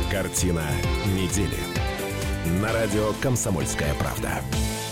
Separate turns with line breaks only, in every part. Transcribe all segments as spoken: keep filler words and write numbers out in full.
Картина недели. На радио «Комсомольская правда».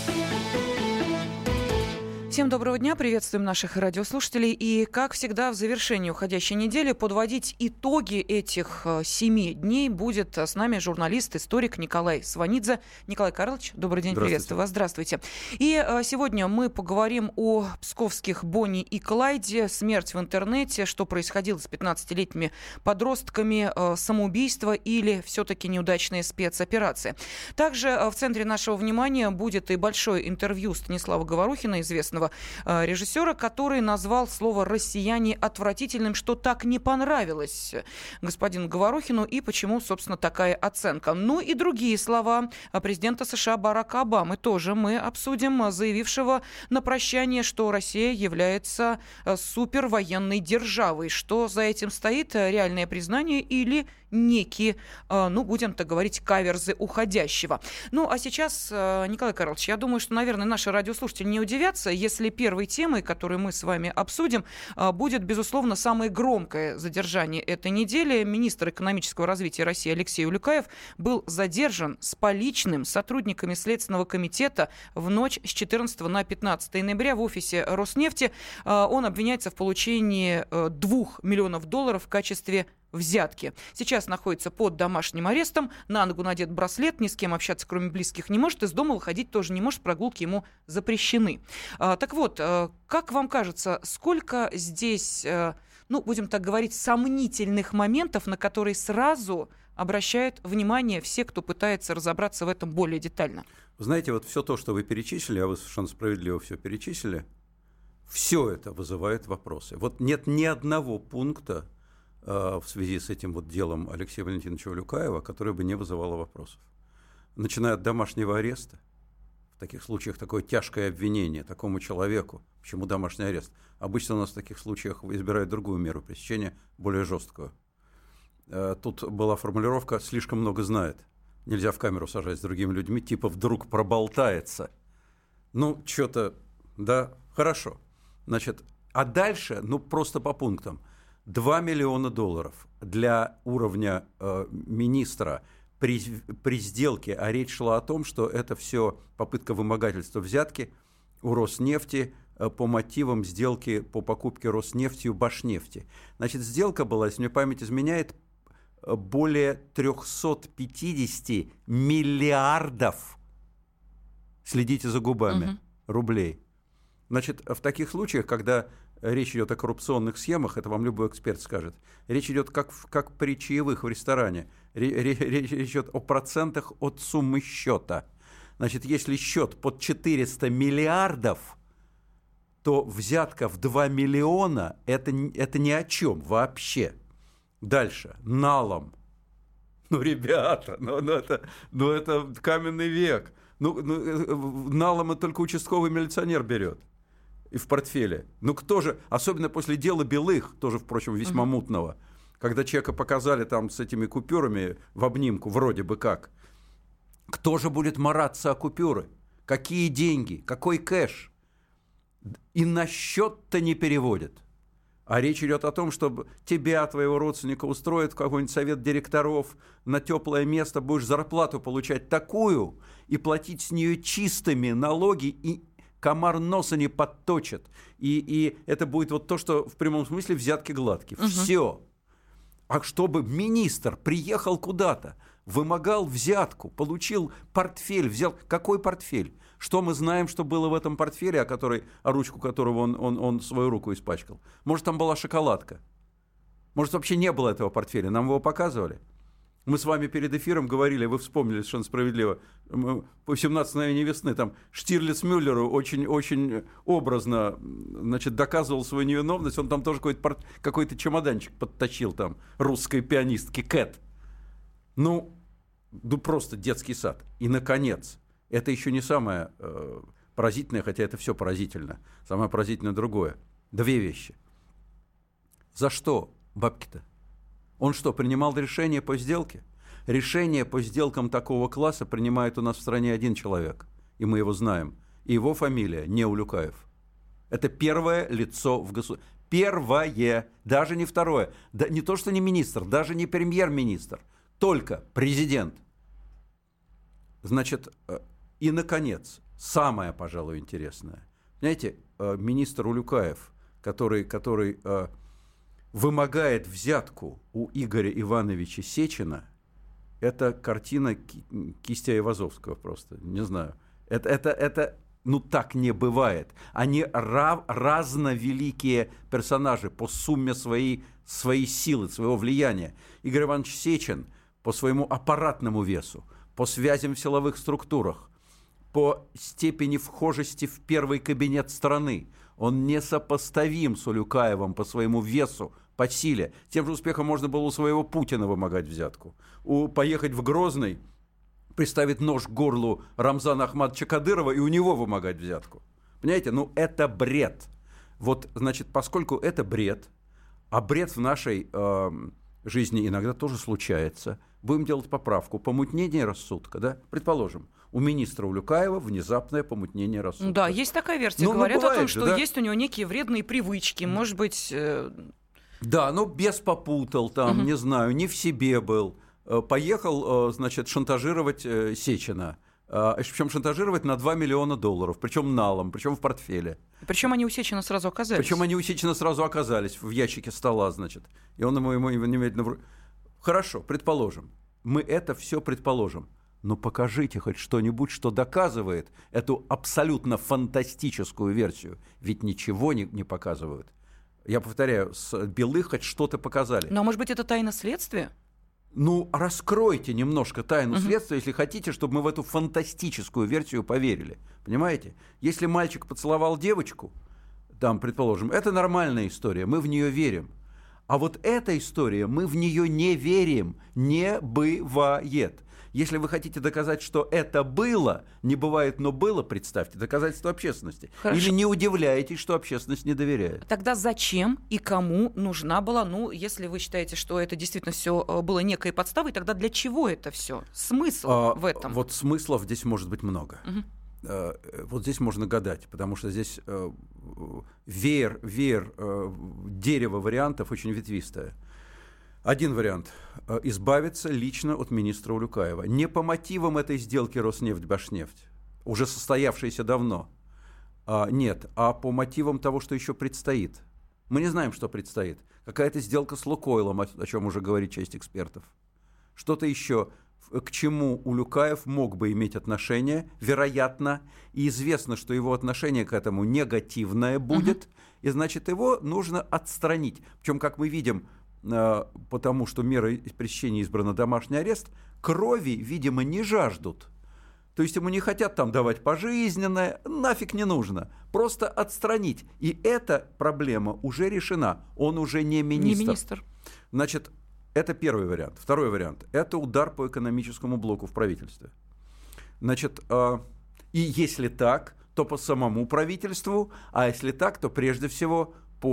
Всем доброго дня, приветствуем наших радиослушателей. И, как всегда, в завершении уходящей недели подводить итоги этих семи дней будет с нами журналист, историк Николай Сванидзе. Николай Карлович, добрый день, приветствую вас, здравствуйте. И сегодня мы поговорим о псковских Бонни и Клайде, смерть в интернете, что происходило с пятнадцатилетними подростками, самоубийство или все-таки неудачные спецоперации. Также в центре нашего внимания будет и большое интервью Станислава Говорухина, известного режиссера, который назвал слово «россияне» отвратительным, что так не понравилось господину Говорухину, и почему, собственно, такая оценка. Ну и другие слова президента США Барака Обамы тоже мы обсудим, заявившего на прощание, что Россия является супервоенной державой. Что за этим стоит? Реальное признание или некие, ну, будем так говорить, каверзы уходящего. Ну, а сейчас, Николай Карлович, я думаю, что, наверное, наши радиослушатели не удивятся, если первой темой, которую мы с вами обсудим, будет, безусловно, самое громкое задержание этой недели. Министр экономического развития России Алексей Улюкаев был задержан с поличным сотрудниками Следственного комитета в ночь с четырнадцатого на пятнадцатое ноября в офисе Роснефти. Он обвиняется в получении двух миллионов долларов в качестве взятки. Сейчас находится под домашним арестом, на ногу надет браслет, ни с кем общаться, кроме близких, не может, из дома выходить тоже не может, прогулки ему запрещены. А, так вот, а, как вам кажется, сколько здесь, а, ну, будем так говорить, сомнительных моментов, на которые сразу обращают внимание все, кто пытается разобраться в этом более детально?
Вы знаете, вот все то, что вы перечислили, а вы совершенно справедливо все перечислили, все это вызывает вопросы. Вот нет ни одного пункта в связи с этим вот делом Алексея Валентиновича Улюкаева, которое бы не вызывало вопросов. Начиная от домашнего ареста, в таких случаях такое тяжкое обвинение такому человеку. Почему домашний арест? Обычно у нас в таких случаях избирают другую меру пресечения, более жесткую. Тут была формулировка «слишком много знает». Нельзя в камеру сажать с другими людьми, типа вдруг проболтается. Ну, что-то, да, хорошо. Значит, а дальше, ну, просто по пунктам. два миллиона долларов для уровня э, министра при, при сделке, а речь шла о том, что это все попытка вымогательства взятки у Роснефти э, по мотивам сделки по покупке Роснефтью Башнефти. Значит, сделка была, если мне память изменяет, более триста пятьдесят миллиардов, следите за губами, угу. рублей. Значит, в таких случаях, когда речь идет о коррупционных схемах, это вам любой эксперт скажет. Речь идет как, как при чаевых в ресторане. Речь, речь идет о процентах от суммы счета. Значит, если счет под четыреста миллиардов, то взятка в два миллиона это, это ни о чем вообще. Дальше. Налом. Ну, ребята, ну, ну, это, ну это каменный век. Ну, ну, налом это только участковый милиционер берет. И в портфеле. Ну кто же, особенно после дела Белых, тоже, впрочем, весьма uh-huh. мутного, когда человека показали там с этими купюрами в обнимку, вроде бы как, кто же будет мараться о купюры? Какие деньги? Какой кэш? И на счет-то не переводят. А речь идет о том, чтобы тебя, твоего родственника, устроят в какой-нибудь совет директоров на теплое место, будешь зарплату получать такую и платить с нее чистыми налоги, и комар носа не подточит. И, и это будет вот то, что в прямом смысле взятки гладкие. Угу. Все. А чтобы министр приехал куда-то, вымогал взятку, получил портфель, взял... Какой портфель? Что мы знаем, что было в этом портфеле, о, которой, о ручку которого он, он, он свою руку испачкал? Может, там была шоколадка? Может, вообще не было этого портфеля? Нам его показывали? Мы с вами перед эфиром говорили, вы вспомнили совершенно справедливо, по семнадцать мгновений весны, там Штирлиц Мюллеру очень-очень образно, значит, доказывал свою невиновность, он там тоже какой-то, порт... какой-то чемоданчик подтащил там русской пианистки Кэт. Ну, ну, просто детский сад. И, наконец, это еще не самое э, поразительное, хотя это все поразительно, самое поразительное другое. Две вещи. За что бабки-то? Он что, принимал решение по сделке? Решение по сделкам такого класса принимает у нас в стране один человек, и мы его знаем. И его фамилия не Улюкаев. Это первое лицо в государстве. Первое, даже не второе. Да, не то, что не министр, даже не премьер-министр. только президент. Значит, и, наконец, самое, пожалуй, интересное. Знаете, министр Улюкаев, который, который вымогает взятку у Игоря Ивановича Сечина, это картина кисти Айвазовского просто, не знаю. Это, это, это ну, так не бывает. Они рав, разновеликие персонажи по сумме своей, своей силы, своего влияния. Игорь Иванович Сечин по своему аппаратному весу, по связям в силовых структурах, по степени вхожести в первый кабинет страны. Он несопоставим с Улюкаевым по своему весу, по силе. Тем же успехом можно было у своего Путина вымогать взятку. У, поехать в Грозный, приставить нож к горлу Рамзана Ахматовича Кадырова и у него вымогать взятку. Понимаете? Ну, это бред. Вот, значит, поскольку это бред, а бред в нашей э, жизни иногда тоже случается, будем делать поправку. Помутнение рассудка, да? Предположим, у министра Улюкаева внезапное помутнение рассудка.
Да, есть такая версия.
Ну,
Говорят
ну,
о том,
же,
что
да?
есть у него некие вредные привычки. Может быть... Э...
Да, но без попутал там, угу. не знаю, не в себе был. Поехал, значит, шантажировать Сечина. Причем шантажировать на два миллиона долларов, причем налом, причем в портфеле.
Причем они у Сечина сразу оказались.
Причем они у Сечина сразу оказались в ящике стола, значит. И он ему, ему немедленно... Хорошо, предположим. Мы это все предположим. Но покажите хоть что-нибудь, что доказывает эту абсолютно фантастическую версию. Ведь ничего не, не показывают. Я повторяю, с Белых хоть что-то показали.
Но, может быть, это тайна следствия?
Ну, раскройте немножко тайну
угу.
следствия, если хотите, чтобы мы в эту фантастическую версию поверили. Понимаете? Если мальчик поцеловал девочку, там, предположим, это нормальная история, мы в нее верим. А вот эта история, мы в нее не верим, не бывает. Если вы хотите доказать, что это было, не бывает, но было, представьте, доказательство общественности.
Хорошо.
Или не удивляйтесь, что общественность не доверяет.
Тогда зачем и кому нужна была, ну, если вы считаете, что это действительно все было некой подставой, тогда для чего это все? Смысл
а,
в этом?
Вот смыслов здесь может быть много.
Угу.
А, вот здесь можно гадать, потому что здесь а, веер, веер а, дерево вариантов очень ветвистое. Один вариант – избавиться лично от министра Улюкаева. Не по мотивам этой сделки Роснефть-Башнефть, уже состоявшейся давно. А, нет, а по мотивам того, что еще предстоит. Мы не знаем, что предстоит. Какая-то сделка с Лукойлом, о, о чем уже говорит часть экспертов. Что-то еще, к чему Улюкаев мог бы иметь отношение, вероятно, и известно, что его отношение к этому негативное будет, угу. и, значит, его нужно отстранить. Причем, как мы видим, потому что мерой пресечения избрана домашний арест, крови, видимо, не жаждут. То есть ему не хотят там давать пожизненное, нафиг не нужно. Просто отстранить. И эта проблема уже решена. Он уже не министр.
Не министр.
Значит, это первый вариант. Второй вариант – это удар по экономическому блоку в правительстве. Значит, и если так, то по самому правительству, а если так, то прежде всего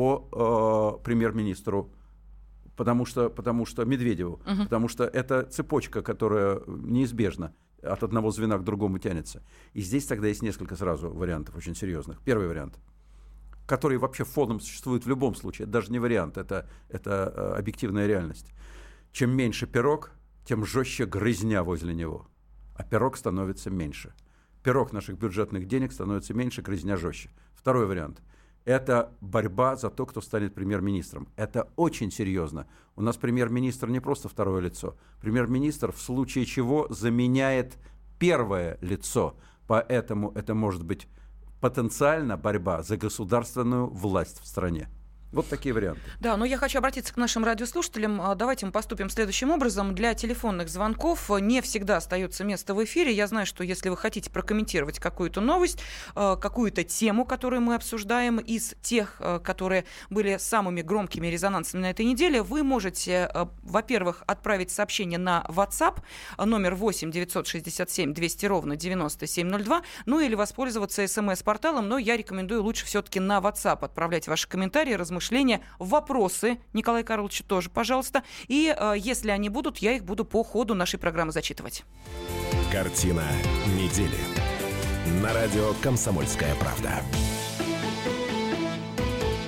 по премьер-министру. Потому что, потому что Медведеву, uh-huh. потому что это цепочка, которая неизбежно от одного звена к другому тянется. И здесь тогда есть несколько сразу вариантов очень серьезных. Первый вариант, который вообще фоном существует в любом случае, это даже не вариант, это, это объективная реальность. Чем меньше пирог, тем жестче грызня возле него. А пирог становится меньше. Пирог наших бюджетных денег становится меньше, грызня жестче. Второй вариант. Это борьба за то, кто станет премьер-министром. Это очень серьезно. У нас премьер-министр не просто второе лицо. Премьер-министр в случае чего заменяет первое лицо. Поэтому это может быть потенциально борьба за государственную власть в стране. Вот такие варианты.
Да, но я хочу обратиться к нашим радиослушателям. Давайте мы поступим следующим образом. Для телефонных звонков не всегда остается место в эфире. Я знаю, что если вы хотите прокомментировать какую-то новость, какую-то тему, которую мы обсуждаем, из тех, которые были самыми громкими и резонансными на этой неделе, вы можете, во-первых, отправить сообщение на WhatsApp номер восемь девятьсот шестьдесят семь двести ровно девяносто семь ноль два, ну или воспользоваться смс-порталом, но я рекомендую лучше все-таки на WhatsApp отправлять ваши комментарии, размышления, вопросы Николаю Карловичу тоже, пожалуйста. И э, если они будут, я их буду по ходу нашей программы зачитывать.
Картина недели. На радио «Комсомольская правда».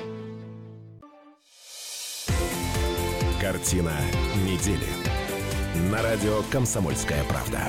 Картина недели. На радио «Комсомольская правда».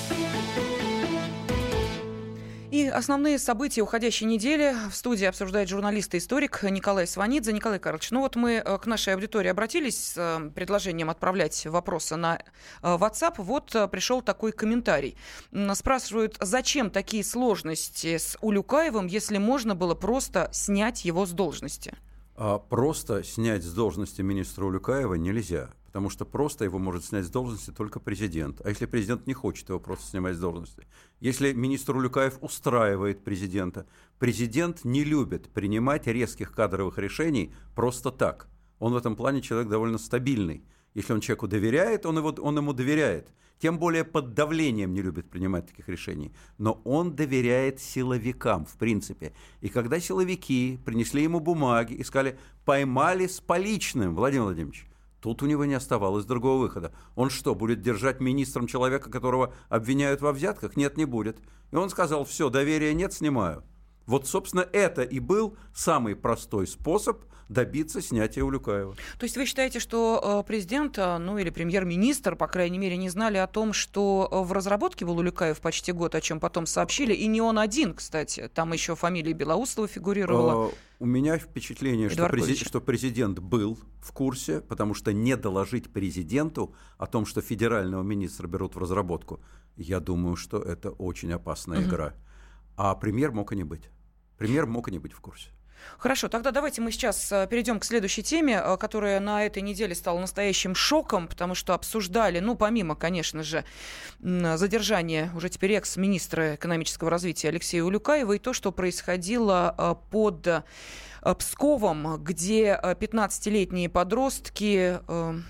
И основные события уходящей недели в студии обсуждает журналист и историк Николай Сванидзе. Николай Карлович, ну вот мы к нашей аудитории обратились с предложением отправлять вопросы на WhatsApp. Вот пришел такой комментарий. Спрашивают, зачем такие сложности с Улюкаевым, если можно было просто снять его с должности?
А просто снять с должности министра Улюкаева нельзя. Потому что просто его может снять с должности только президент. А если президент не хочет его просто снимать с должности? Если министр Улюкаев устраивает президента, президент не любит принимать резких кадровых решений просто так. Он в этом плане человек довольно стабильный. Если он человеку доверяет, он, его, он ему доверяет. Тем более под давлением не любит принимать таких решений. Но он доверяет силовикам, в принципе. И когда силовики принесли ему бумаги и сказали, поймали с поличным, Владимир Владимирович, тут у него не оставалось другого выхода. Он что, будет держать министром человека, которого обвиняют во взятках? Нет, не будет. И он сказал, все, доверия нет, снимаю. Вот, собственно, это и был самый простой способ добиться снятия Улюкаева.
То есть вы считаете, что президент, ну или премьер-министр, по крайней мере, не знали о том, что в разработке был Улюкаев почти год, о чем потом сообщили, и не он один, кстати. Там еще фамилия Белоусова фигурировала.
У меня впечатление, что, презид... что президент был в курсе, потому что не доложить президенту о том, что федерального министра берут в разработку, я думаю, что это очень опасная угу. игра. А премьер мог и не быть. Премьер мог и не быть в курсе.
Хорошо, тогда давайте мы сейчас перейдем к следующей теме, которая на этой неделе стала настоящим шоком, потому что обсуждали, ну, помимо, конечно же, задержания уже теперь экс-министра экономического развития Алексея Улюкаева и то, что происходило под Псковом, где пятнадцатилетние подростки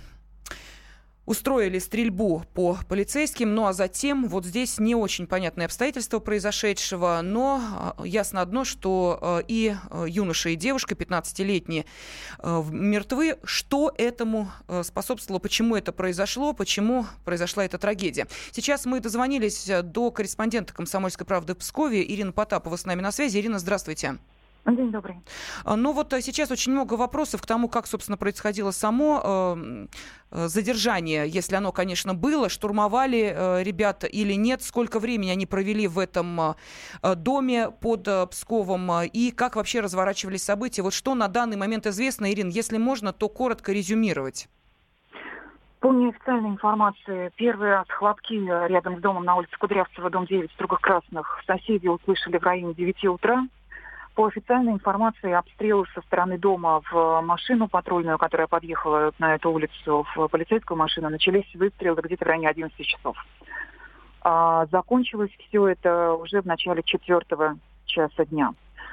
устроили стрельбу по полицейским, ну а затем вот здесь не очень понятные обстоятельства произошедшего, но ясно одно, что и юноша, и девушка пятнадцатилетние мертвы. Что этому способствовало, почему это произошло, почему произошла эта трагедия? Сейчас мы дозвонились до корреспондента «Комсомольской правды» в Пскове. Ирина Потапова с нами на связи. Ирина, здравствуйте.
День добрый.
Ну вот сейчас очень много вопросов к тому, как, собственно, происходило само э, задержание, если оно, конечно, было, штурмовали э, ребята или нет, сколько времени они провели в этом э, доме под э, Псковом и как вообще разворачивались события. Вот что на данный момент известно, Ирина, если можно, то коротко резюмировать.
По неофициальной информации, первые раз хлопки рядом с домом на улице Кудрявцева, дом девять, в Стругах Красных, соседи услышали в районе девяти утра. По официальной информации, обстрелы со стороны дома в машину патрульную, которая подъехала на эту улицу, в полицейскую машину, начались выстрелы где-то в районе одиннадцати часов. А закончилось все это уже в начале четвертого часа дня.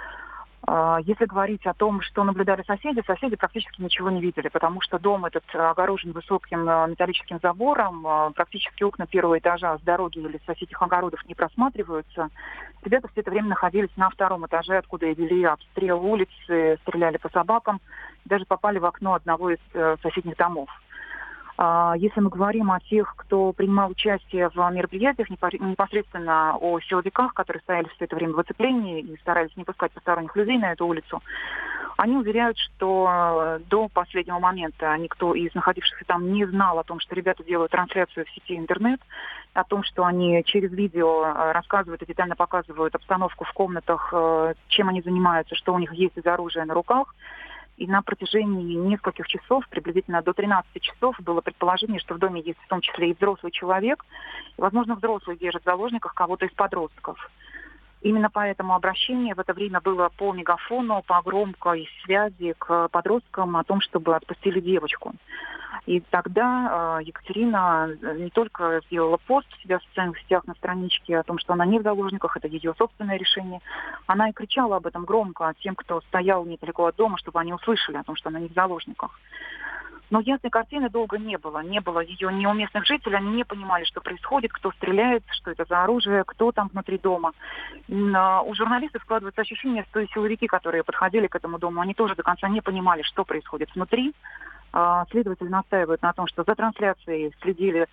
Если говорить о том, что наблюдали соседи, соседи практически ничего не видели, потому что дом этот огорожен высоким металлическим забором, практически окна первого этажа с дороги или с соседних огородов не просматриваются. Ребята все это время находились на втором этаже, откуда и вели обстрел улицы, стреляли по собакам, даже попали в окно одного из соседних домов. Если мы говорим о тех, кто принимал участие в мероприятиях, непосредственно о силовиках, которые стояли все это время в оцеплении и старались не пускать посторонних людей на эту улицу, они уверяют, что до последнего момента никто из находившихся там не знал о том, что ребята делают трансляцию в сети интернет, о том, что они через видео рассказывают и детально показывают обстановку в комнатах, чем они занимаются, что у них есть из оружия на руках. И на протяжении нескольких часов, приблизительно до тринадцати часов, было предположение, что в доме есть в том числе и взрослый человек. И, возможно, взрослый держит в заложниках кого-то из подростков. Именно поэтому обращение в это время было по мегафону, по громкой связи к подросткам о том, чтобы отпустили девочку. И тогда э, Екатерина не только сделала пост у себя в социальных сетях на страничке о том, что она не в заложниках, это ее собственное решение. Она и кричала об этом громко тем, кто стоял недалеко от дома, чтобы они услышали о том, что она не в заложниках. Но ясной картины долго не было. Не было ее ни у местных жителей, они не понимали, что происходит, кто стреляет, что это за оружие, кто там внутри дома. У журналистов складывается ощущение, что и силовики, которые подходили к этому дому, они тоже до конца не понимали, что происходит внутри. Следователи настаивают на том, что за трансляцией следили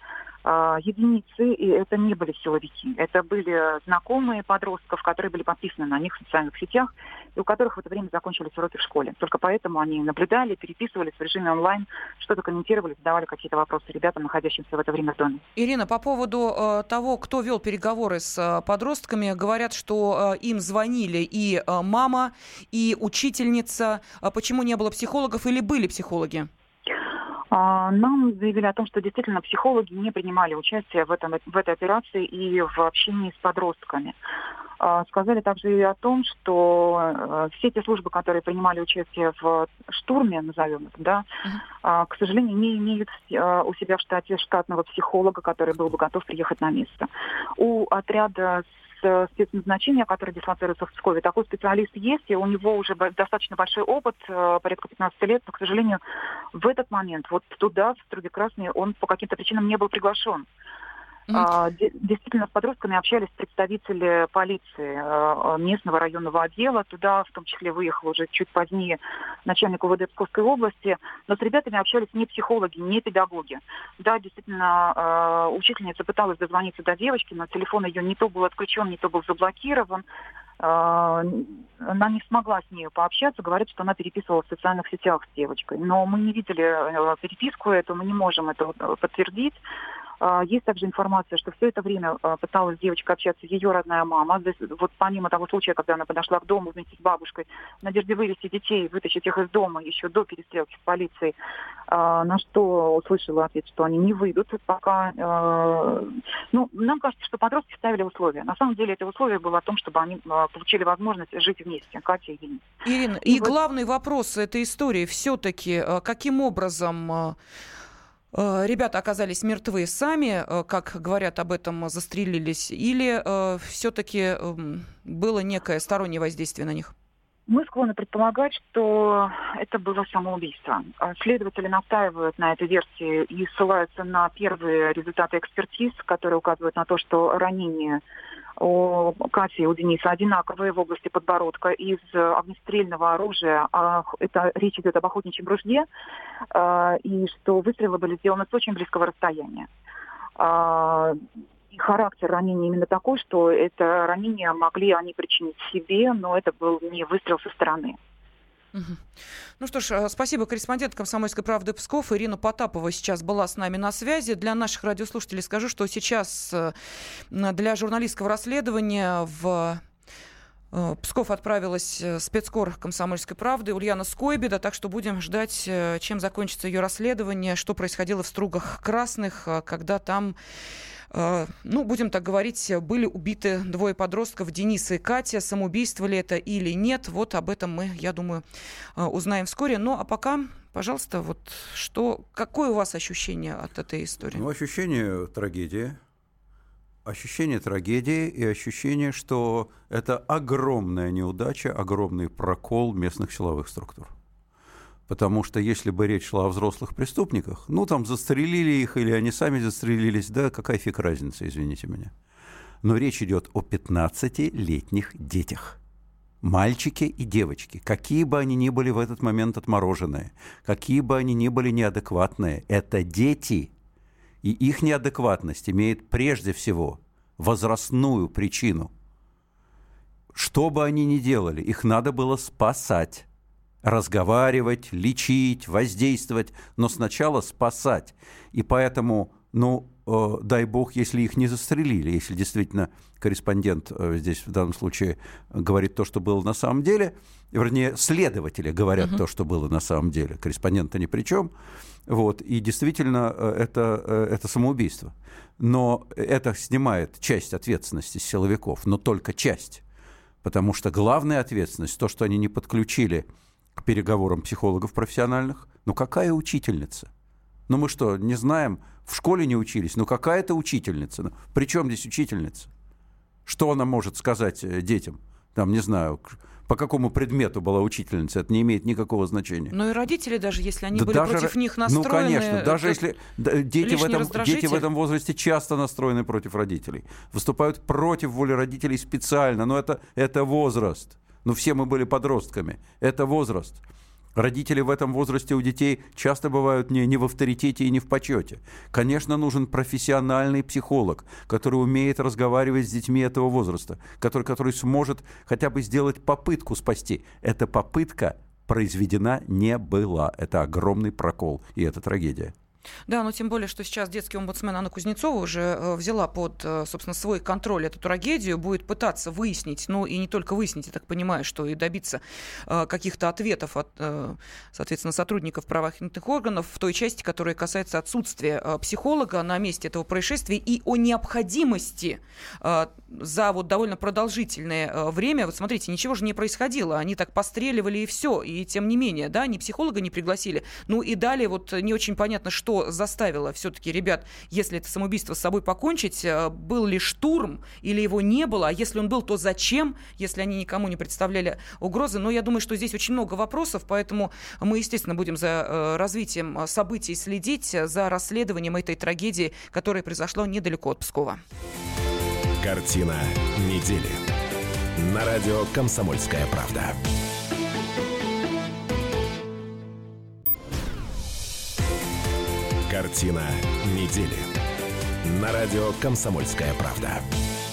единицы, и это не были силовики. Это были знакомые подростков, которые были подписаны на них в социальных сетях, и у которых в это время закончились уроки в школе. Только поэтому они наблюдали, переписывались в режиме онлайн, что-то комментировали, задавали какие-то вопросы ребятам, находящимся в это время в доме.
Ирина, по поводу э, того, кто вел переговоры с э, подростками, говорят, что э, им звонили и э, мама, и учительница. А почему не было психологов или были психологи?
Нам заявили о том, что действительно психологи не принимали участие в, этом, в этой операции и в общении с подростками. Сказали также и о том, что все те службы, которые принимали участие в штурме, назовем это, да, uh-huh. к сожалению, не имеют у себя в штате штатного психолога, который был бы готов приехать на место. У отряда спецназначения, который дислоцируется в Пскове, такой специалист есть, и у него уже достаточно большой опыт, порядка пятнадцати лет, но, к сожалению, в этот момент вот туда, в Струги Красные, он по каким-то причинам не был приглашен. Mm-hmm. Действительно, с подростками общались представители полиции местного районного отдела. Туда в том числе выехал уже чуть позднее начальник УВД Псковской области. Но с ребятами общались не психологи, не педагоги. Да, действительно, учительница пыталась дозвониться до девочки, но телефон ее не то был отключен, не то был заблокирован. Она не смогла с ней пообщаться, говорит, что она переписывалась в социальных сетях с девочкой. Но мы не видели переписку эту, мы не можем это подтвердить. Есть также информация, что все это время пыталась девочка общаться ее родная мама. Здесь, вот помимо того случая, когда она подошла к дому вместе с бабушкой, в надежде вывести детей, вытащить их из дома еще до перестрелки с полицией, на что услышала ответ, что они не выйдут пока. Ну, нам кажется, что подростки ставили условия. На самом деле это условие было о том, чтобы они получили возможность жить вместе, Катя и Денис.
Ирина, и, и вот... главный вопрос этой истории все-таки, каким образом... Ребята оказались мертвы сами, как говорят об этом, застрелились, или э, все-таки э, было некое стороннее воздействие на них?
Мы склонны предполагать, что это было самоубийство. Следователи настаивают на этой версии и ссылаются на первые результаты экспертиз, которые указывают на то, что ранение у Кати и у Дениса одинаковые в области подбородка из огнестрельного оружия. Это речь идет об охотничьем ружье, и что выстрелы были сделаны с очень близкого расстояния. И характер ранения именно такой, что это ранение могли они причинить себе, но это был не выстрел со стороны.
Угу. Ну что ж, спасибо. Корреспондент «Комсомольской правды» Псков Ирина Потапова сейчас была с нами на связи. Для наших радиослушателей скажу, что сейчас для журналистского расследования в Псков отправилась спецкор «Комсомольской правды» Ульяна Скойбеда, так что будем ждать, чем закончится ее расследование, что происходило в Стругах Красных, когда там... Ну, будем так говорить, были убиты двое подростков, Денис и Катя. Самоубийство ли это или нет, вот об этом мы, я думаю, узнаем вскоре. Ну, а пока, пожалуйста, вот что, какое у вас ощущение от этой истории?
Ну, ощущение трагедии. Ощущение трагедии и ощущение, что это огромная неудача, огромный прокол местных силовых структур. Потому что если бы речь шла о взрослых преступниках, ну, там, застрелили их или они сами застрелились, да, какая фиг разница, извините меня. Но речь идет о пятнадцатилетних детях. Мальчики и девочки, какие бы они ни были в этот момент отмороженные, какие бы они ни были неадекватные, это дети. И их неадекватность имеет прежде всего возрастную причину. Что бы они ни делали, их надо было спасать. Разговаривать, лечить, воздействовать, но сначала спасать. И поэтому, ну, э, дай бог, если их не застрелили, если действительно корреспондент э, здесь в данном случае говорит то, что было на самом деле, вернее, следователи говорят uh-huh. то, что было на самом деле, корреспондент-то ни при чем, вот, и действительно э, это, э, это самоубийство. Но это снимает часть ответственности с силовиков, но только часть, потому что главная ответственность, то, что они не подключили к переговорам психологов профессиональных. Ну, какая учительница? Ну, мы что, не знаем? В школе не учились? Ну, какая-то учительница. Ну, при чем здесь учительница? Что она может сказать детям? Там, не знаю, по какому предмету была учительница? Это не имеет никакого значения.
Ну, и родители, даже если они
да
были
даже,
против них настроены...
Ну, конечно. Даже если да, дети, в этом, дети в этом возрасте часто настроены против родителей. Выступают против воли родителей специально. Но это, это возраст. Ну, все мы были подростками. Это возраст. Родители в этом возрасте у детей часто бывают не, не в авторитете и не в почете. Конечно, нужен профессиональный психолог, который умеет разговаривать с детьми этого возраста, который, который сможет хотя бы сделать попытку спасти. Эта попытка произведена не была. Это огромный прокол, и это трагедия.
Да, но тем более, что сейчас детский омбудсмен Анна Кузнецова уже э, взяла под, э, собственно, свой контроль эту трагедию, будет пытаться выяснить, ну и не только выяснить, я так понимаю, что и добиться э, каких-то ответов от, э, соответственно, сотрудников правоохранительных органов в той части, которая касается отсутствия э, психолога на месте этого происшествия и о необходимости э, за вот довольно продолжительное э, время, вот смотрите, ничего же не происходило, они так постреливали и все, и тем не менее, да, ни психолога не пригласили, ну и далее вот не очень понятно, что заставило все-таки ребят, если это самоубийство, с собой покончить, был ли штурм или его не было, а если он был, то зачем, если они никому не представляли угрозы. Но я думаю, что здесь очень много вопросов, поэтому мы, естественно, будем за развитием событий следить, за расследованием этой трагедии, которая произошла недалеко от Пскова.
Картина недели. На радио «Комсомольская правда». Картина недели. На радио «Комсомольская правда».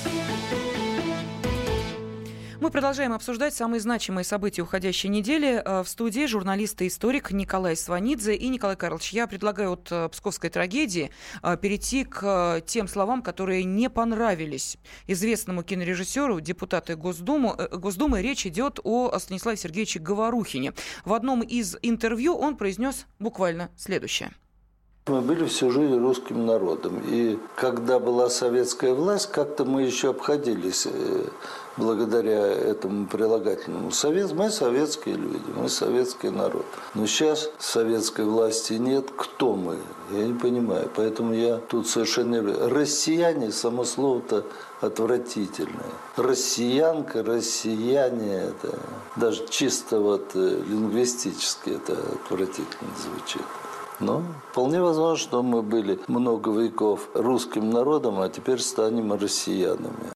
Мы продолжаем обсуждать самые значимые события уходящей недели. В студии журналист и историк Николай Сванидзе. И, Николай Карлович, я предлагаю от псковской трагедии перейти к тем словам, которые не понравились известному кинорежиссеру, депутату Госдумы. Госдумы. Речь идет о Станиславе Сергеевиче Говорухине. В одном из интервью он произнес буквально следующее.
Мы были всю жизнь русским народом. И когда была советская власть, как-то мы еще обходились благодаря этому прилагательному. Совет, мы советские люди, мы советский народ. Но сейчас советской власти нет. Кто мы? Я не понимаю. Поэтому я тут совершенно не... Россияне, само слово-то отвратительное. Россиянка, россияне, это даже чисто вот лингвистически это отвратительно звучит. Но вполне возможно, что мы были много веков русским народом, а теперь станем россиянами.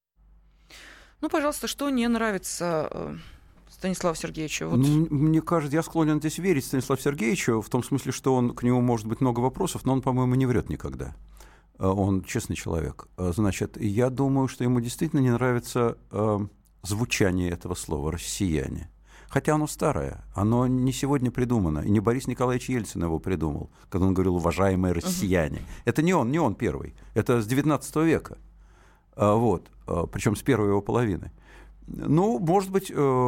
Ну, пожалуйста, что не нравится э, Станиславу Сергеевичу? Вот.
Ну, мне кажется, я склонен здесь верить Станиславу Сергеевичу, в том смысле, что он, к нему может быть много вопросов, но он, по-моему, не врет никогда. Он честный человек. Значит, я думаю, что ему действительно не нравится э, звучание этого слова «россияне». Хотя оно старое, оно не сегодня придумано. И не Борис Николаевич Ельцин его придумал, когда он говорил «уважаемые россияне». Uh-huh. Это не он, не он первый. Это с девятнадцатого века. Вот. Причем с первой его половины. Ну, может быть,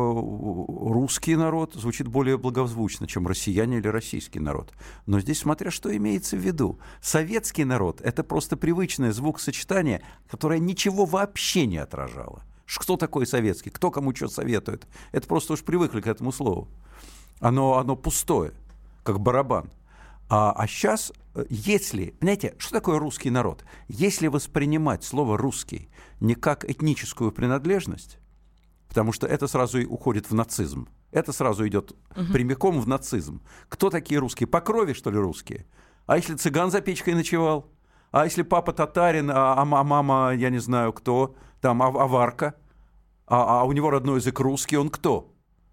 русский народ звучит более благозвучно, чем россияне или российский народ. Но здесь смотря что имеется в виду. Советский народ – это просто привычное звукосочетание, которое ничего вообще не отражало. Кто такой советский? Кто кому что советует? Это просто уж привыкли к этому слову. Оно, оно пустое, как барабан. А, а сейчас, если... Понимаете, что такое русский народ? Если воспринимать слово «русский» не как этническую принадлежность, потому что это сразу и уходит в нацизм, это сразу идет угу. прямиком в нацизм. Кто такие русские? По крови, что ли, русские? А если цыган за печкой ночевал? А если папа татарин, а, а мама, я не знаю кто... Там аварка, а, а у него родной язык русский, он кто?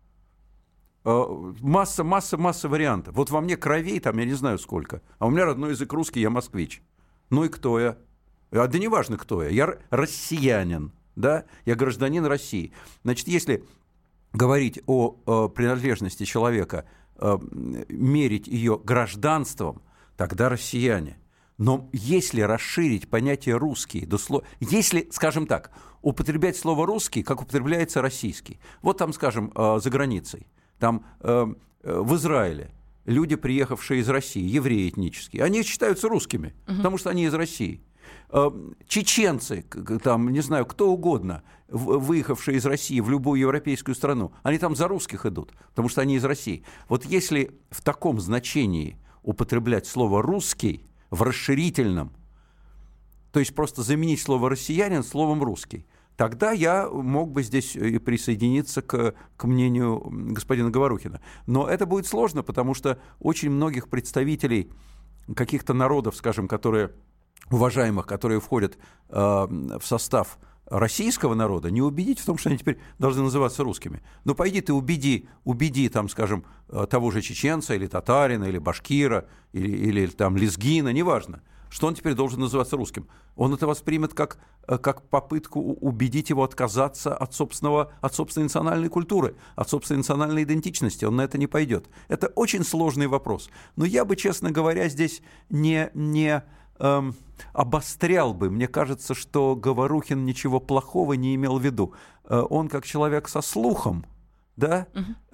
Масса, масса, масса вариантов. Вот во мне кровей там я не знаю сколько, а у меня родной язык русский, я москвич. Ну и кто я? А, да неважно, кто я. Я россиянин, да? Я гражданин России. Значит, если говорить о, о принадлежности человека, о, мерить ее гражданством, тогда россияне. Но если расширить понятие «русский», до слова, если, скажем так, употреблять слово «русский», как употребляется «российский», вот там, скажем, за границей, там в Израиле люди, приехавшие из России, евреи этнические, они считаются русскими, угу. потому что они из России. Чеченцы, там, не знаю, кто угодно, выехавшие из России в любую европейскую страну, они там за русских идут, потому что они из России. Вот если в таком значении употреблять слово «русский», в расширительном, то есть просто заменить слово «россиянин» словом «русский», тогда я мог бы здесь и присоединиться к, к мнению господина Говорухина. Но это будет сложно, потому что очень многих представителей каких-то народов, скажем, которые, уважаемых, которые входят э, в состав российского народа не убедить в том, что они теперь должны называться русскими. Ну, пойди ты убеди, убеди там, скажем, того же чеченца или татарина, или башкира, или, или там лезгина, неважно, что он теперь должен называться русским. Он это воспримет как, как попытку убедить его отказаться от, собственного, от собственной национальной культуры, от собственной национальной идентичности. Он на это не пойдет. Это очень сложный вопрос. Но я бы, честно говоря, здесь не... не эм, обострял бы. Мне кажется, что Говорухин ничего плохого не имел в виду. Он как человек со слухом, да,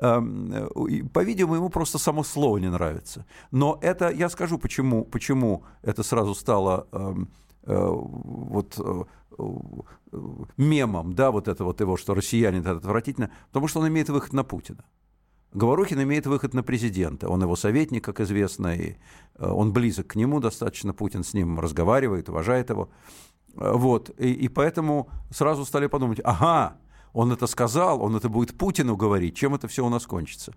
uh-huh. по-видимому, ему просто само слово не нравится. Но это, я скажу, почему, почему это сразу стало э, э, вот, э, мемом, да, вот это вот его, что россиянин это отвратительно, потому что он имеет выход на Путина. Говорухин имеет выход на президента. Он его советник, как известно, и он близок к нему достаточно. Путин с ним разговаривает, уважает его. Вот. И, и поэтому сразу стали подумать, ага, он это сказал, он это будет Путину говорить, чем это все у нас кончится.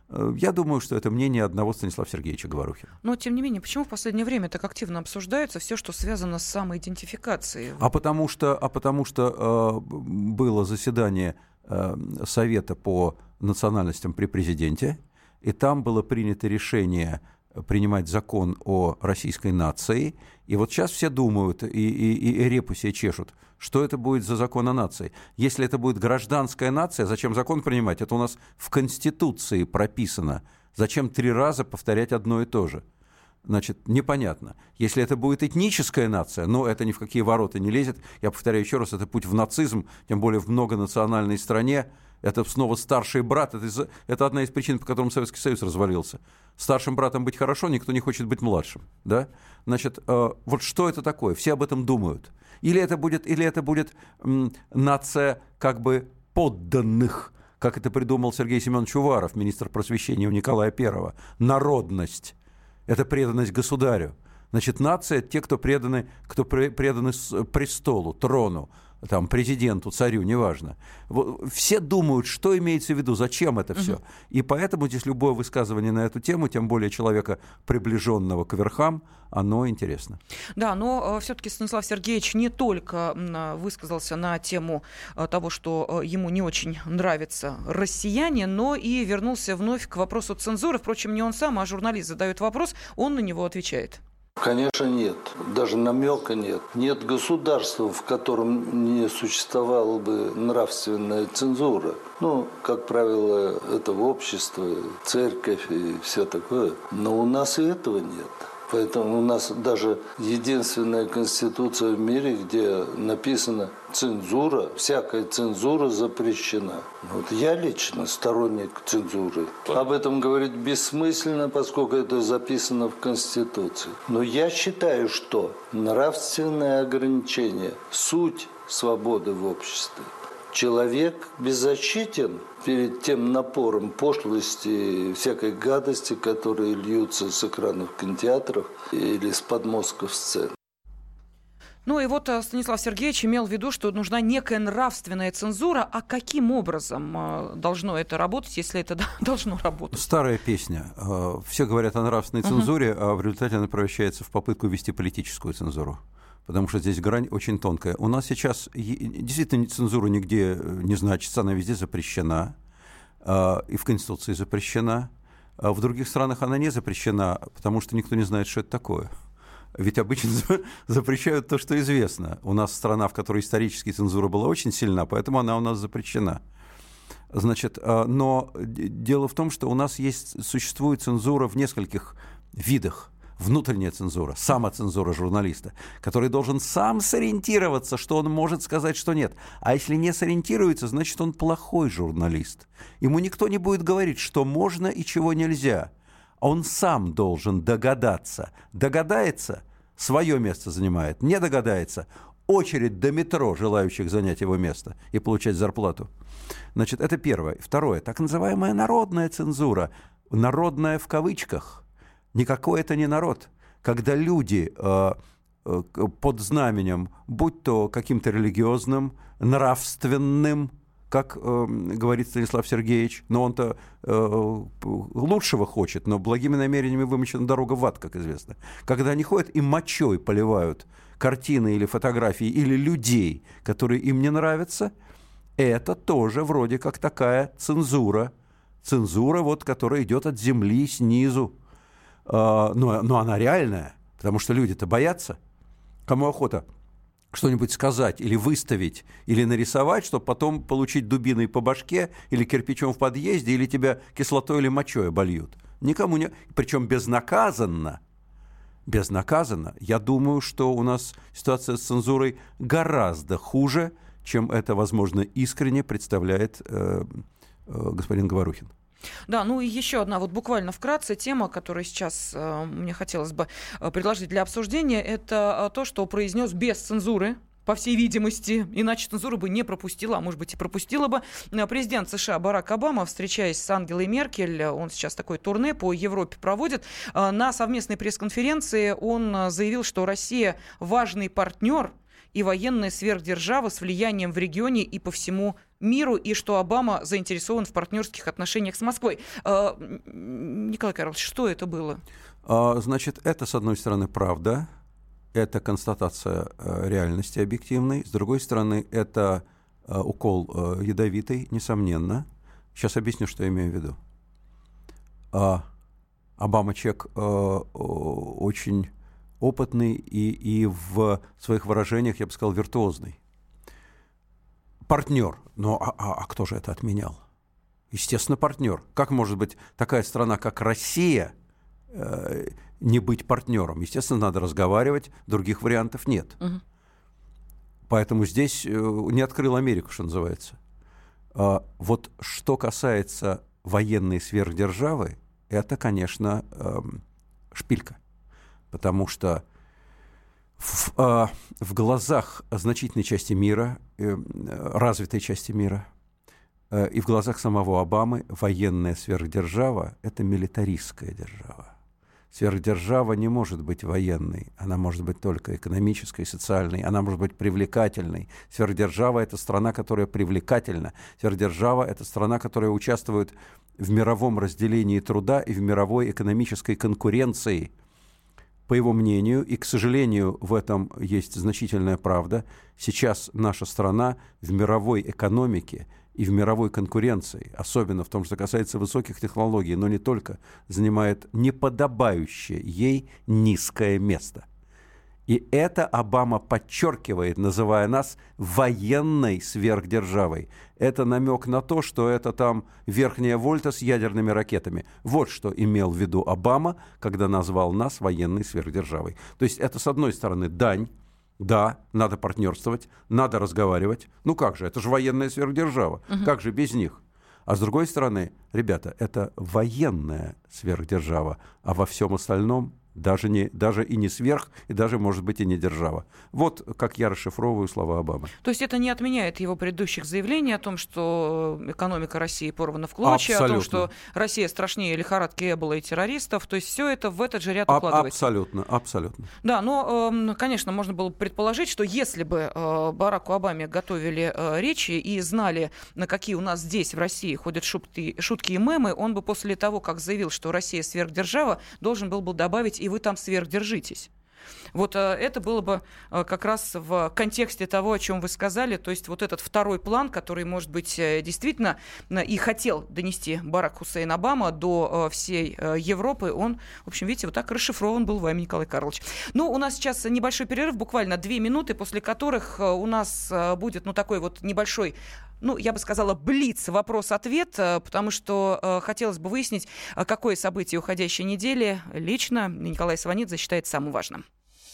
Я думаю, что это мнение одного Станислава Сергеевича Говорухина.
Но, тем не менее, почему в последнее время так активно обсуждается все, что связано с самоидентификацией?
А потому что, а потому что э, было заседание э, Совета по национальностям при президенте, и там было принято решение принимать закон о российской нации. И вот сейчас все думают и, и, и репу себе чешут, что это будет за закон о нации. Если это будет гражданская нация, зачем закон принимать? Это у нас в Конституции прописано. Зачем три раза повторять одно и то же? Значит, непонятно. Если это будет этническая нация, но это ни в какие ворота не лезет. Я повторяю еще раз, это путь в нацизм, тем более в многонациональной стране. Это снова старший брат. Это, это одна из причин, по которым Советский Союз развалился. Старшим братом быть хорошо, никто не хочет быть младшим. Да? Значит, э, вот что это такое? Все об этом думают. Или это будет, или это будет м, нация как бы подданных, как это придумал Сергей Семенович Уваров, министр просвещения у Николая Первого. Народность. Это преданность государю. Значит, нация – это те, кто преданы, кто преданы престолу, трону, там, президенту, царю, неважно. Все думают, что имеется в виду, зачем это все. Угу. И поэтому здесь любое высказывание на эту тему, тем более человека, приближенного к верхам, оно интересно.
Да, но все-таки Станислав Сергеевич не только высказался на тему того, что ему не очень нравятся россияне, но и вернулся вновь к вопросу цензуры. Впрочем, не он сам, а журналист задает вопрос, он на него отвечает.
Конечно, нет. Даже намека нет. Нет государства, в котором не существовала бы нравственная цензура. Ну, как правило, это общество, церковь и все такое. Но у нас и этого нет. Поэтому у нас даже единственная конституция в мире, где написано «цензура», всякая цензура запрещена. Вот я лично сторонник цензуры. Об этом говорить бессмысленно, поскольку это записано в Конституции. Но я считаю, что нравственное ограничение – суть свободы в обществе. Человек беззащитен перед тем напором пошлости, всякой гадости, которые льются с экранов кинотеатров или с подмостков сцен.
Ну и вот Станислав Сергеевич имел в виду, что нужна некая нравственная цензура. А каким образом должно это работать, если это должно работать?
Старая песня. Все говорят о нравственной цензуре, uh-huh. а в результате она превращается в попытку ввести политическую цензуру. Потому что здесь грань очень тонкая. У нас сейчас действительно цензура нигде не значится, она везде запрещена, и в Конституции запрещена. В других странах она не запрещена, потому что никто не знает, что это такое. Ведь обычно запрещают то, что известно. У нас страна, в которой исторически цензура была очень сильна, поэтому она у нас запрещена. Значит, но дело в том, что у нас есть, существует цензура в нескольких видах. Внутренняя цензура, самоцензура журналиста, который должен сам сориентироваться, что он может сказать, что нет. А если не сориентируется, значит, он плохой журналист. Ему никто не будет говорить, что можно и чего нельзя. Он сам должен догадаться. Догадается, свое место занимает. Не догадается, очередь до метро желающих занять его место и получать зарплату. Значит, это первое. Второе, так называемая народная цензура. Народная в кавычках. Никакой это не народ. Когда люди э, э, под знаменем, будь то каким-то религиозным, нравственным, как э, говорит Станислав Сергеевич, но он-то э, лучшего хочет, но благими намерениями вымощена дорога в ад, как известно. Когда они ходят и мочой поливают картины или фотографии, или людей, которые им не нравятся, это тоже вроде как такая цензура. Цензура, вот, которая идет от земли снизу. А, но, но она реальная, потому что люди-то боятся. Кому охота что-нибудь сказать или выставить, или нарисовать, чтобы потом получить дубиной по башке, или кирпичом в подъезде, или тебя кислотой или мочой обольют. Никому не... Причем безнаказанно. Безнаказанно. Я думаю, что у нас ситуация с цензурой гораздо хуже, чем это, возможно, искренне представляет э, э, господин Говорухин.
Да, ну и еще одна, вот буквально вкратце, тема, которую сейчас э, мне хотелось бы предложить для обсуждения, это то, что произнес без цензуры, по всей видимости, иначе цензура бы не пропустила, а может быть и пропустила бы, президент США Барак Обама, встречаясь с Ангелой Меркель, он сейчас такое турне по Европе проводит, на совместной пресс-конференции он заявил, что Россия важный партнер и военная сверхдержава с влиянием в регионе и по всему миру, и что Обама заинтересован в партнерских отношениях с Москвой. Николай Карлович, что это было?
Значит, это, с одной стороны, правда. Это констатация э, реальности объективной. С другой стороны, это э, укол э, ядовитый, несомненно. Сейчас объясню, что я имею в виду. А, Обама человек э, очень опытный и, и в своих выражениях, я бы сказал, виртуозный. Партнер. Но а, а, а кто же это отменял? Естественно, партнер. Как может быть такая страна, как Россия, э, не быть партнером? Естественно, надо разговаривать, других вариантов нет. Угу. Поэтому здесь не открыл Америку, что называется. А вот что касается военной сверхдержавы, это, конечно, шпилька. Потому что в, в глазах значительной части мира, развитой части мира, и в глазах самого Обамы военная сверхдержава – это милитаристская держава. Сверхдержава не может быть военной, она может быть только экономической, социальной, она может быть привлекательной. Сверхдержава – это страна, которая привлекательна. Сверхдержава – это страна, которая участвует в мировом разделении труда и в мировой экономической конкуренции. По его мнению, и, к сожалению, в этом есть значительная правда, сейчас наша страна в мировой экономике и в мировой конкуренции, особенно в том, что касается высоких технологий, но не только, занимает неподобающее ей низкое место. И это Обама подчеркивает, называя нас военной сверхдержавой. Это намек на то, что это там верхняя вольта с ядерными ракетами. Вот что имел в виду Обама, когда назвал нас военной сверхдержавой. То есть это, с одной стороны, дань. Да, надо партнерствовать, надо разговаривать. Ну как же, это же военная сверхдержава. Угу. Как же без них? А с другой стороны, ребята, это военная сверхдержава, а во всем остальном даже, не, даже и не сверх, и даже, может быть, и не держава. Вот как я расшифровываю слова Обамы.
То есть это не отменяет его предыдущих заявлений о том, что экономика России порвана в клочья, абсолютно. О том, что Россия страшнее лихорадки Эбола и террористов. То есть все это в этот же ряд укладывается.
Абсолютно, абсолютно.
Да, но, конечно, можно было предположить, что если бы Бараку Обаме готовили речи и знали, на какие у нас здесь, в России, ходят шутки, шутки и мемы, он бы после того, как заявил, что Россия сверхдержава, должен был бы добавить: и вы там сверхдержитесь. Вот это было бы как раз в контексте того, о чем вы сказали, то есть вот этот второй план, который, может быть, действительно и хотел донести Барак Хусейн Обама до всей Европы, он, в общем, видите, вот так расшифрован был вами, Николай Карлович. Ну, у нас сейчас небольшой перерыв, буквально две минуты, после которых у нас будет, ну, такой вот небольшой, ну, я бы сказала, блиц, вопрос-ответ, потому что э, хотелось бы выяснить, какое событие уходящей недели лично Николай Сванидзе считает самым важным.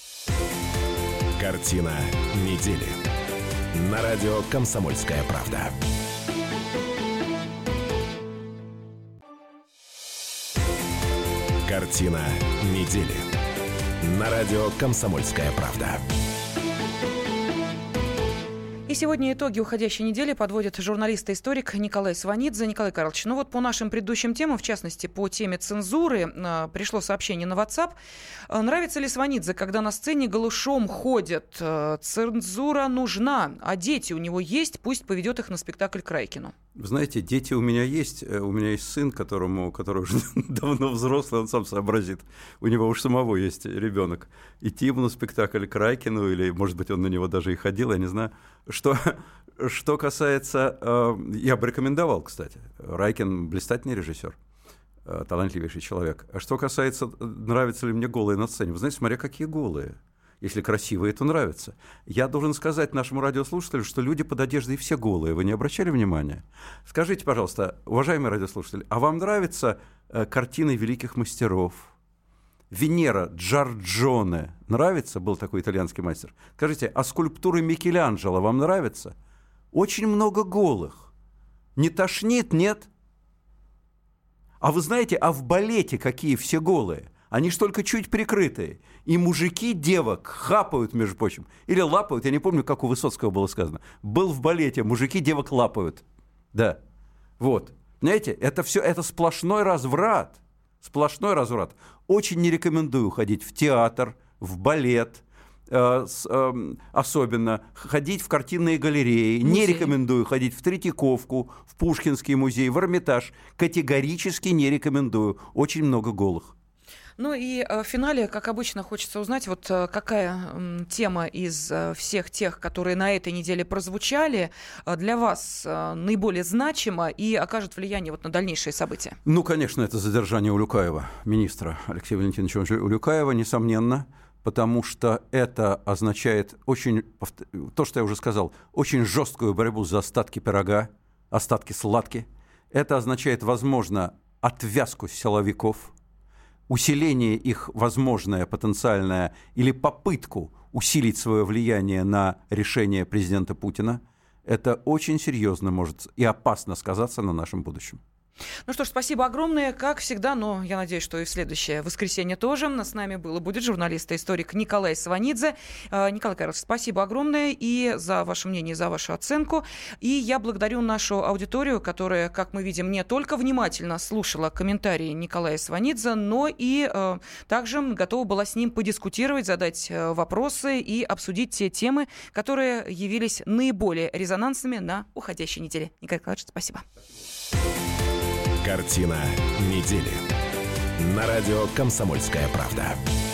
Картина недели. На радио «Комсомольская правда». Картина недели. На радио «Комсомольская правда».
И сегодня итоги уходящей недели подводит журналист-историк Николай Сванидзе. Николай Карлович, ну вот по нашим предыдущим темам, в частности, по теме цензуры, э, пришло сообщение на WhatsApp. Э, нравится ли Сванидзе, когда на сцене голышом ходят? Э, цензура нужна, а дети у него есть, пусть поведет их на спектакль к Райкину.
Вы знаете, дети у меня есть. У меня есть сын, которому, который уже давно взрослый, он сам сообразит. У него уж самого есть ребенок. Идти ему на спектакль к Райкину, или, может быть, он на него даже и ходил, я не знаю. Что, что касается... Э, я бы рекомендовал, кстати. Райкин — блистательный режиссер, э, талантливейший человек. А что касается, нравятся ли мне голые на сцене, вы знаете, смотря какие голые. Если красивые, то нравится. Я должен сказать нашему радиослушателю, что люди под одеждой все голые. Вы не обращали внимания? Скажите, пожалуйста, уважаемые радиослушатели, а вам нравятся э, картины великих мастеров? Венера Джорджоне нравится? Был такой итальянский мастер. Скажите, а скульптуры Микеланджело вам нравятся? Очень много голых. Не тошнит, нет? А вы знаете, а в балете какие все голые? Они ж только чуть прикрытые. И мужики девок хапают, между прочим. Или лапают, я не помню, как у Высоцкого было сказано. Был в балете, мужики девок лапают. Да. Вот. Знаете, это все, это сплошной разврат. Сплошной разврат. Очень не рекомендую ходить в театр, в балет, э, с, э, особенно ходить в картинные галереи. Музей. Не рекомендую ходить в Третьяковку, в Пушкинский музей, в Эрмитаж. Категорически не рекомендую. Очень много голых.
Ну и в финале, как обычно, хочется узнать, вот какая тема из всех тех, которые на этой неделе прозвучали, для вас наиболее значима и окажет влияние вот на дальнейшие события?
Ну, конечно, это задержание Улюкаева, министра Алексея Валентиновича Улюкаева, несомненно, потому что это означает очень, то, что я уже сказал, очень жесткую борьбу за остатки пирога, остатки сладки. Это означает, возможно, отвязку силовиков, усиление их возможное, потенциальное, или попытку усилить свое влияние на решение президента Путина, это очень серьезно может и опасно сказаться на нашем будущем.
Ну что ж, спасибо огромное, как всегда, но я надеюсь, что и в следующее воскресенье тоже. С нами был и будет журналист и историк Николай Сванидзе. Николай Карлович, спасибо огромное и за ваше мнение, и за вашу оценку. И я благодарю нашу аудиторию, которая, как мы видим, не только внимательно слушала комментарии Николая Сванидзе, но и э, также готова была с ним подискутировать, задать э, вопросы и обсудить те темы, которые явились наиболее резонансными на уходящей неделе. Николай Карлович, спасибо.
Картина недели. На радио «Комсомольская правда».